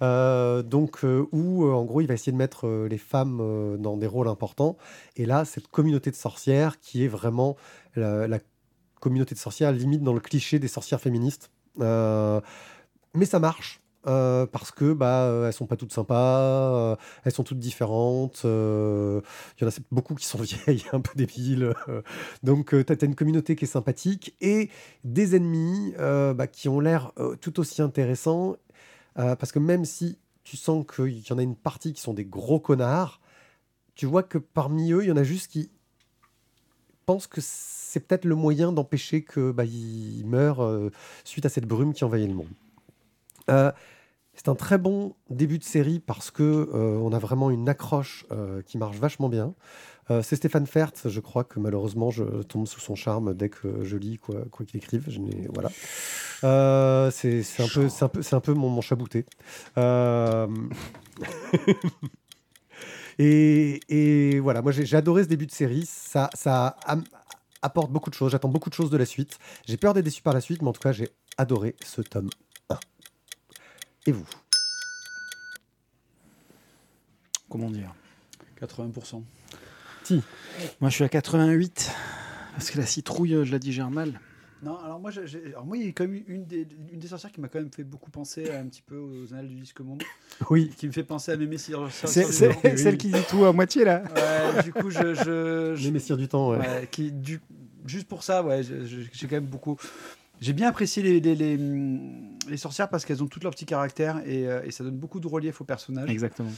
Où, en gros, il va essayer de mettre les femmes dans des rôles importants. Et là, cette communauté de sorcières qui est vraiment la communauté de sorcières, limite dans le cliché des sorcières féministes. Mais ça marche. parce que elles sont pas toutes sympas, elles sont toutes différentes. Il y en a beaucoup qui sont vieilles, un peu débiles. Donc t'as une communauté qui est sympathique et des ennemis qui ont l'air tout aussi intéressants, parce que même si tu sens qu'il y en a une partie qui sont des gros connards, tu vois que parmi eux, il y en a juste qui pensent que c'est peut-être le moyen d'empêcher que ils meurent suite à cette brume qui envahit le monde. C'est un très bon début de série parce que on a vraiment une accroche qui marche vachement bien. C'est Stéphane Fert, je crois que malheureusement je tombe sous son charme dès que je lis quoi qu'il écrive. Voilà. C'est un peu mon chabouté. Et voilà, moi j'ai adoré ce début de série. Ça apporte beaucoup de choses. J'attends beaucoup de choses de la suite. J'ai peur d'être déçu par la suite, mais en tout cas j'ai adoré ce tome 1. Et vous? Comment dire? 80%. Si. Moi, je suis à 88 parce que la citrouille, je la digère mal. Non, alors moi, il y a quand même une des sorcières qui m'a quand même fait beaucoup penser un petit peu aux Annales du Disque Monde. Oui. Qui me fait penser à mes Messieurs. C'est celle qui dit tout à moitié, là. Ouais, du coup, Les Messieurs du Temps, ouais. Ouais, juste pour ça, ouais, j'ai quand même beaucoup... J'ai bien apprécié les sorcières parce qu'elles ont toutes leur petit caractère et ça donne beaucoup de relief aux personnages. Exactement.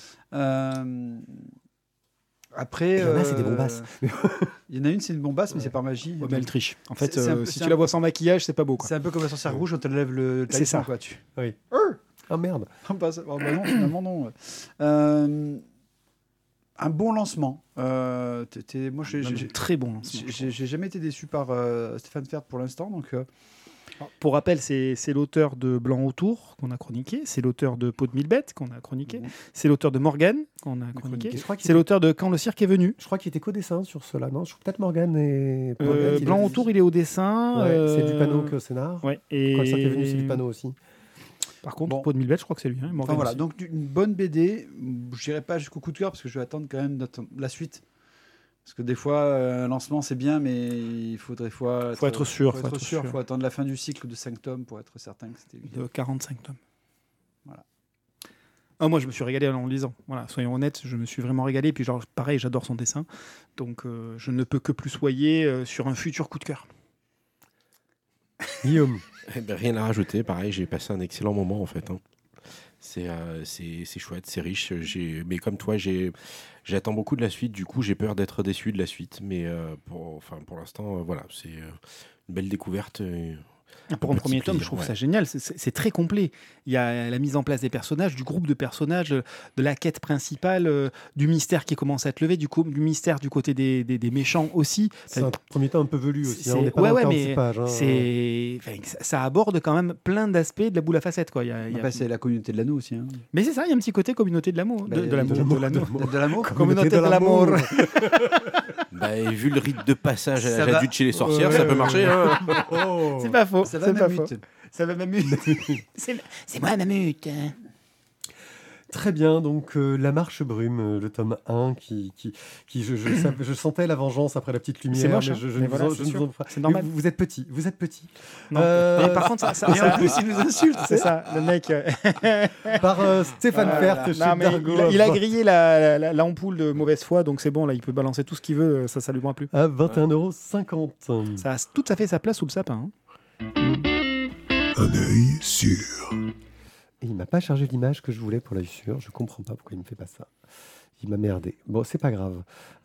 Après, il y en a, c'est des bombasses. Il y en a une, c'est une bombasse, mais c'est par magie. Ouais, mais elle triche. En fait, si c'est tu la vois sans maquillage, c'est pas beau, quoi. C'est un peu comme la sorcière rouge quand elle lève le C'est ça. quoi. Oui. Ah merde. Non, finalement, non. Un bon lancement. Moi, très bon lancement. J'ai jamais été déçu par Stéphane Fert pour l'instant, donc... Pour rappel, c'est l'auteur de Blanc autour qu'on a chroniqué, c'est l'auteur de Peau de Mille Bêtes qu'on a chroniqué, c'est l'auteur de Morgane qu'on a chroniqué, c'est l'auteur de Quand le cirque est venu. Je crois qu'il était qu'au dessin sur cela, non? Je crois peut-être Morgane et... Blanc autour, il est au dessin. Ouais, c'est du panneau que au scénar. Ouais, et... Quand le cirque est venu, c'est du panneau aussi. Par contre, Peau de Mille Bêtes, je crois que c'est lui. Hein, enfin, voilà, donc une bonne BD. Je n'irai pas jusqu'au coup de cœur parce que je vais attendre quand même la suite. Parce que des fois, un lancement, c'est bien, mais il faudrait... Faut être sûr. Il faut attendre la fin du cycle de 5 tomes pour être certain que c'était... De 45 tomes. Voilà. Ah, moi, je me suis régalé en lisant. Voilà, soyons honnêtes, je me suis vraiment régalé. Puis, genre, pareil, j'adore son dessin. Donc, je ne peux que plus soyer sur un futur coup de cœur. Guillaume. Rien à rajouter. Pareil, j'ai passé un excellent moment, en fait. Hein. C'est chouette, c'est riche. Mais comme toi, j'attends beaucoup de la suite. Du coup, j'ai peur d'être déçu de la suite. Mais pour l'instant, voilà, c'est une belle découverte. Pour un premier tome, je trouve ça génial. C'est très complet. Il y a la mise en place des personnages, du groupe de personnages, de la quête principale, du mystère qui commence à être levé, du mystère du côté des méchants aussi. C'est un premier tome un peu velu aussi. On n'est pas dans 46 pages. Hein. Ça aborde quand même plein d'aspects de la boule à facettes. Quoi. C'est la communauté de l'anneau aussi. Hein. Mais c'est ça, il y a un petit côté communauté de l'amour. De l'amour. Communauté de l'amour. Et vu le rite de passage à l'âge adulte chez les sorcières, ça peut marcher. Hein. C'est pas faux. Ça va Mamute. C'est moi Mamute. Très bien, donc La Marche Brume, le tome 1 qui je sentais la vengeance après la petite lumière. C'est moche, c'est normal. Vous êtes petit. Non. Mais par contre, ça en plus, il nous insulte. C'est ça, le mec. Par Stéphane Fert chez Dargo. Il a grillé l'ampoule de mauvaise foi, donc c'est bon, là, il peut balancer tout ce qu'il veut, ça lui prend plus. À 21,50 €. Ça a tout à fait sa place sous le sapin. Un œil sûr. Et il m'a pas chargé l'image que je voulais pour l'œil sûr. Je comprends pas pourquoi il me fait pas ça. Il m'a merdé. Bon, c'est pas grave.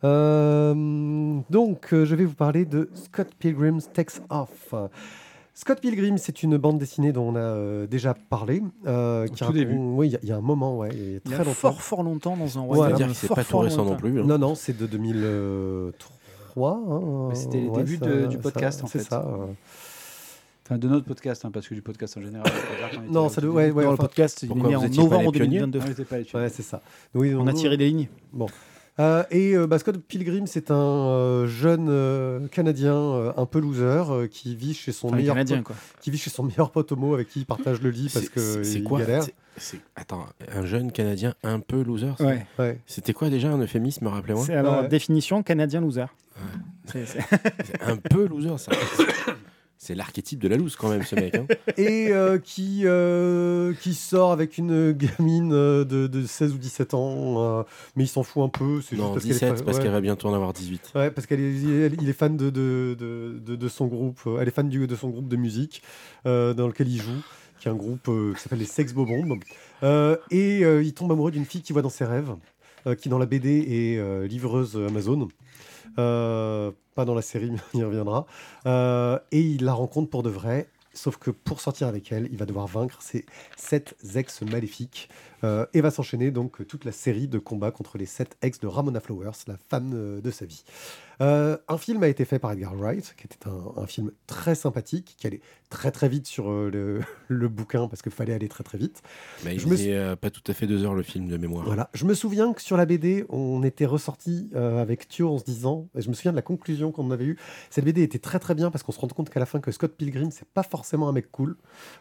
Donc, je vais vous parler de Scott Pilgrim's Takes Off. Scott Pilgrim, c'est une bande dessinée dont on a déjà parlé. Tout début. Oui, il y a un moment, ouais. Il y a très longtemps. Fort longtemps dans un royaume. C'est-à-dire que c'est pas tout récent non plus. Hein. Non, c'est de 2003. Hein, c'était les débuts du podcast, en fait. C'est ça. Enfin, de notre podcast, parce que du podcast en général. Non, ça doit. Dans le podcast, il est né en novembre 2022. Ouais, c'est ça. Oui, on a tiré des lignes. Bon. Scott Pilgrim, c'est un jeune Canadien un peu loser qui vit chez son meilleur pote homo avec qui il partage le lit parce qu'il galère. Attends, un jeune Canadien un peu loser. Ouais. C'était quoi déjà un euphémisme, rappelez-moi? Définition Canadien loser. C'est un peu loser, ça. C'est l'archétype de la loose quand même, ce mec. Hein. Et qui sort avec une gamine de 16 ou 17 ans, mais il s'en fout un peu. C'est Non, juste 17, parce qu'elle va bientôt en avoir 18. Ouais, parce il est fan de son groupe. Elle est fan de son groupe de musique dans lequel il joue, qui est un groupe qui s'appelle les Sex Bobombes. Et il tombe amoureux d'une fille qu'il voit dans ses rêves, qui dans la BD est livreuse Amazon. Pas dans la série, mais on y reviendra. Et il la rencontre pour de vrai. Sauf que pour sortir avec elle, il va devoir vaincre ses 7 ex maléfiques et va s'enchaîner donc toute la série de combats contre les 7 ex de Ramona Flowers, la femme de sa vie. Un film a été fait par Edgar Wright, qui était un film très sympathique, qui allait très très vite sur le bouquin parce qu'il fallait aller très très vite. Mais il faisait pas tout à fait 2 heures le film de mémoire. Voilà. Je me souviens que sur la BD, on était ressorti avec Thio en se disant, et je me souviens de la conclusion qu'on avait eue, cette BD était très très bien parce qu'on se rend compte qu'à la fin que Scott Pilgrim, c'est pas forcément un mec cool,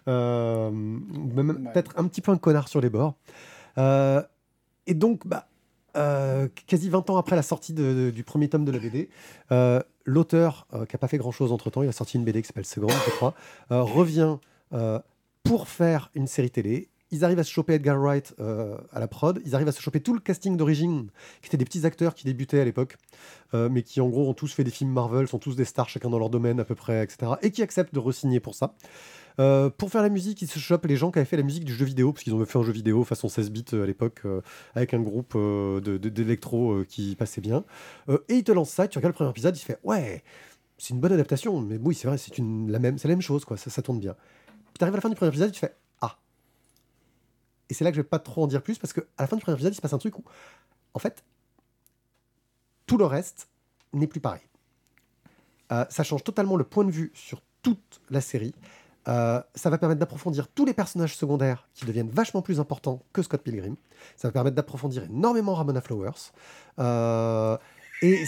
même peut-être un petit peu un connard sur les bords. Et donc, quasi 20 ans après la sortie du premier tome de la BD, l'auteur, qui n'a pas fait grand-chose entre-temps, il a sorti une BD qui s'appelle Second, je crois, revient pour faire une série télé. Ils arrivent à se choper Edgar Wright à la prod, ils arrivent à se choper tout le casting d'origine, qui étaient des petits acteurs qui débutaient à l'époque, mais qui en gros ont tous fait des films Marvel, sont tous des stars, chacun dans leur domaine à peu près, etc., et qui acceptent de re-signer pour ça. Pour faire la musique, ils se chopent les gens qui avaient fait la musique du jeu vidéo, parce qu'ils ont fait un jeu vidéo façon 16 bits à l'époque, avec un groupe d'électro qui passait bien. Et ils te lancent ça, tu regardes le premier épisode, il se fait ouais, c'est une bonne adaptation, mais oui, c'est vrai, c'est la même chose, quoi, ça tourne bien. Tu arrives à la fin du premier épisode, tu fais ah. Et c'est là que je vais pas trop en dire plus, parce qu'à la fin du premier épisode, il se passe un truc où, en fait, tout le reste n'est plus pareil. Ça change totalement le point de vue sur toute la série. Ça va permettre d'approfondir tous les personnages secondaires qui deviennent vachement plus importants que Scott Pilgrim. Ça va permettre d'approfondir énormément Ramona Flowers. Et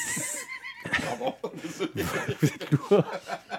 vous êtes lourd.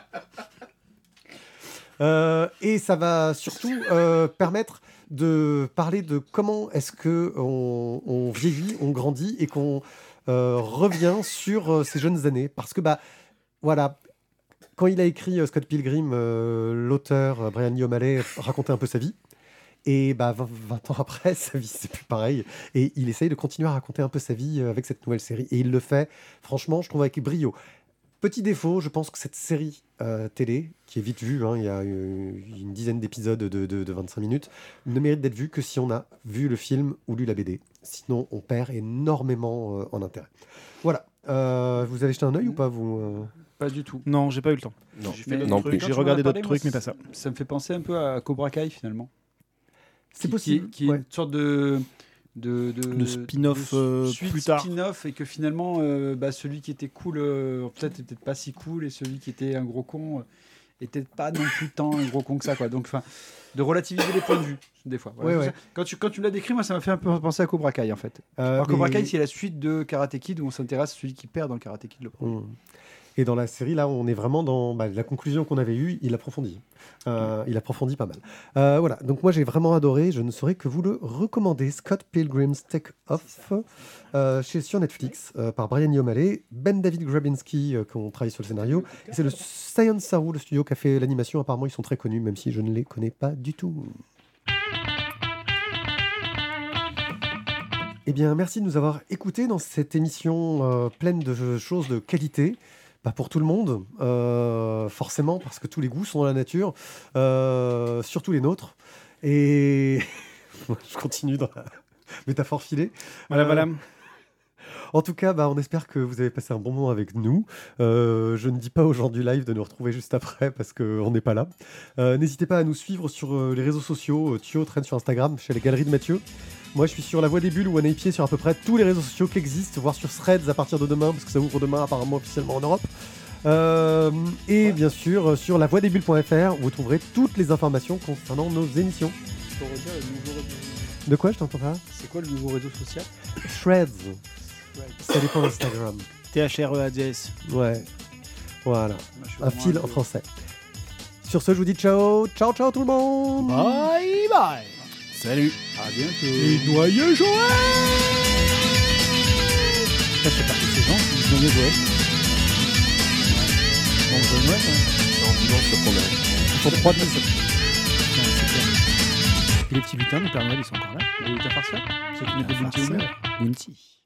Et ça va surtout permettre de parler de comment est-ce que on vieillit, on grandit et qu'on revient sur ces jeunes années. Parce que voilà. Quand il a écrit Scott Pilgrim, l'auteur Brian Lee O'Malley racontait un peu sa vie. Et 20 ans après, sa vie, c'est plus pareil. Et il essaye de continuer à raconter un peu sa vie avec cette nouvelle série. Et il le fait, franchement, je trouve, avec brio. Petit défaut, je pense que cette série télé, qui est vite vue, il y a une dizaine d'épisodes de 25 minutes, ne mérite d'être vue que si on a vu le film ou lu la BD. Sinon, on perd énormément en intérêt. Voilà. Vous avez jeté un œil ou pas, vous Pas du tout. Non, j'ai pas eu le temps. Non, J'ai fait non plus. J'ai regardé d'autres trucs, mais pas ça. Ça me fait penser un peu à Cobra Kai, finalement. C'est possible. Qui est ouais. une sorte de spin-off suite plus tard. Spin-off, et que finalement, celui qui était cool, peut-être était pas si cool, et celui qui était un gros con était pas non plus tant un gros con que ça, quoi. Donc, de relativiser les points de vue, des fois. Voilà. Ouais. Quand tu l'as décrit, moi, ça m'a fait un peu penser à Cobra Kai, en fait. Alors, Cobra Kai, c'est la suite de Karate Kid, où on s'intéresse à celui qui perd dans le Karate Kid. Et dans la série, là, on est vraiment dans la conclusion qu'on avait eue. Il approfondit. Il approfondit pas mal. Voilà. Donc moi, j'ai vraiment adoré. Je ne saurais que vous le recommander. Scott Pilgrim's Take Off, sur Netflix, par Brian Lee O'Malley, Ben David Grabinski, qui ont travaillé sur le scénario. Et c'est le Science Saru, le studio qui a fait l'animation. Apparemment, ils sont très connus, même si je ne les connais pas du tout. Eh bien, merci de nous avoir écoutés dans cette émission pleine de choses de qualité. Pas pour tout le monde, forcément, parce que tous les goûts sont dans la nature, surtout les nôtres. Et je continue dans la métaphore filée. Voilà. En tout cas, on espère que vous avez passé un bon moment avec nous. Je ne dis pas aux gens du live de nous retrouver juste après parce qu'on n'est pas là. N'hésitez pas à nous suivre sur les réseaux sociaux. Thio traîne sur Instagram, chez la Galerie de Mathieu. Moi, je suis sur La Voix des Bulles ou One-Pied sur à peu près tous les réseaux sociaux qui existent, voire sur Threads à partir de demain, parce que ça ouvre demain apparemment officiellement en Europe. Et bien sûr, sur lavoidesbulles.fr, où vous trouverez toutes les informations concernant nos émissions. De quoi, je t'entends pas? C'est quoi le nouveau réseau social? Threads. Ça dépend d'Instagram. THREADS. Ouais. Voilà. Un fil en français. Sur ce, je vous dis ciao. Ciao tout le monde. Bye bye. Salut. À bientôt. Et noyeux Joël. Ça fait partie de ces gens qui disent noyeux Joël. Bon, Noël, hein. dis-donc sur combien. Ils font 3 bises. Et les petits lutins, le Père Noël, ils sont encore là. Les lutins farceurs. Ceux qui mettent des Farceurs. bounty au mur. Bounty.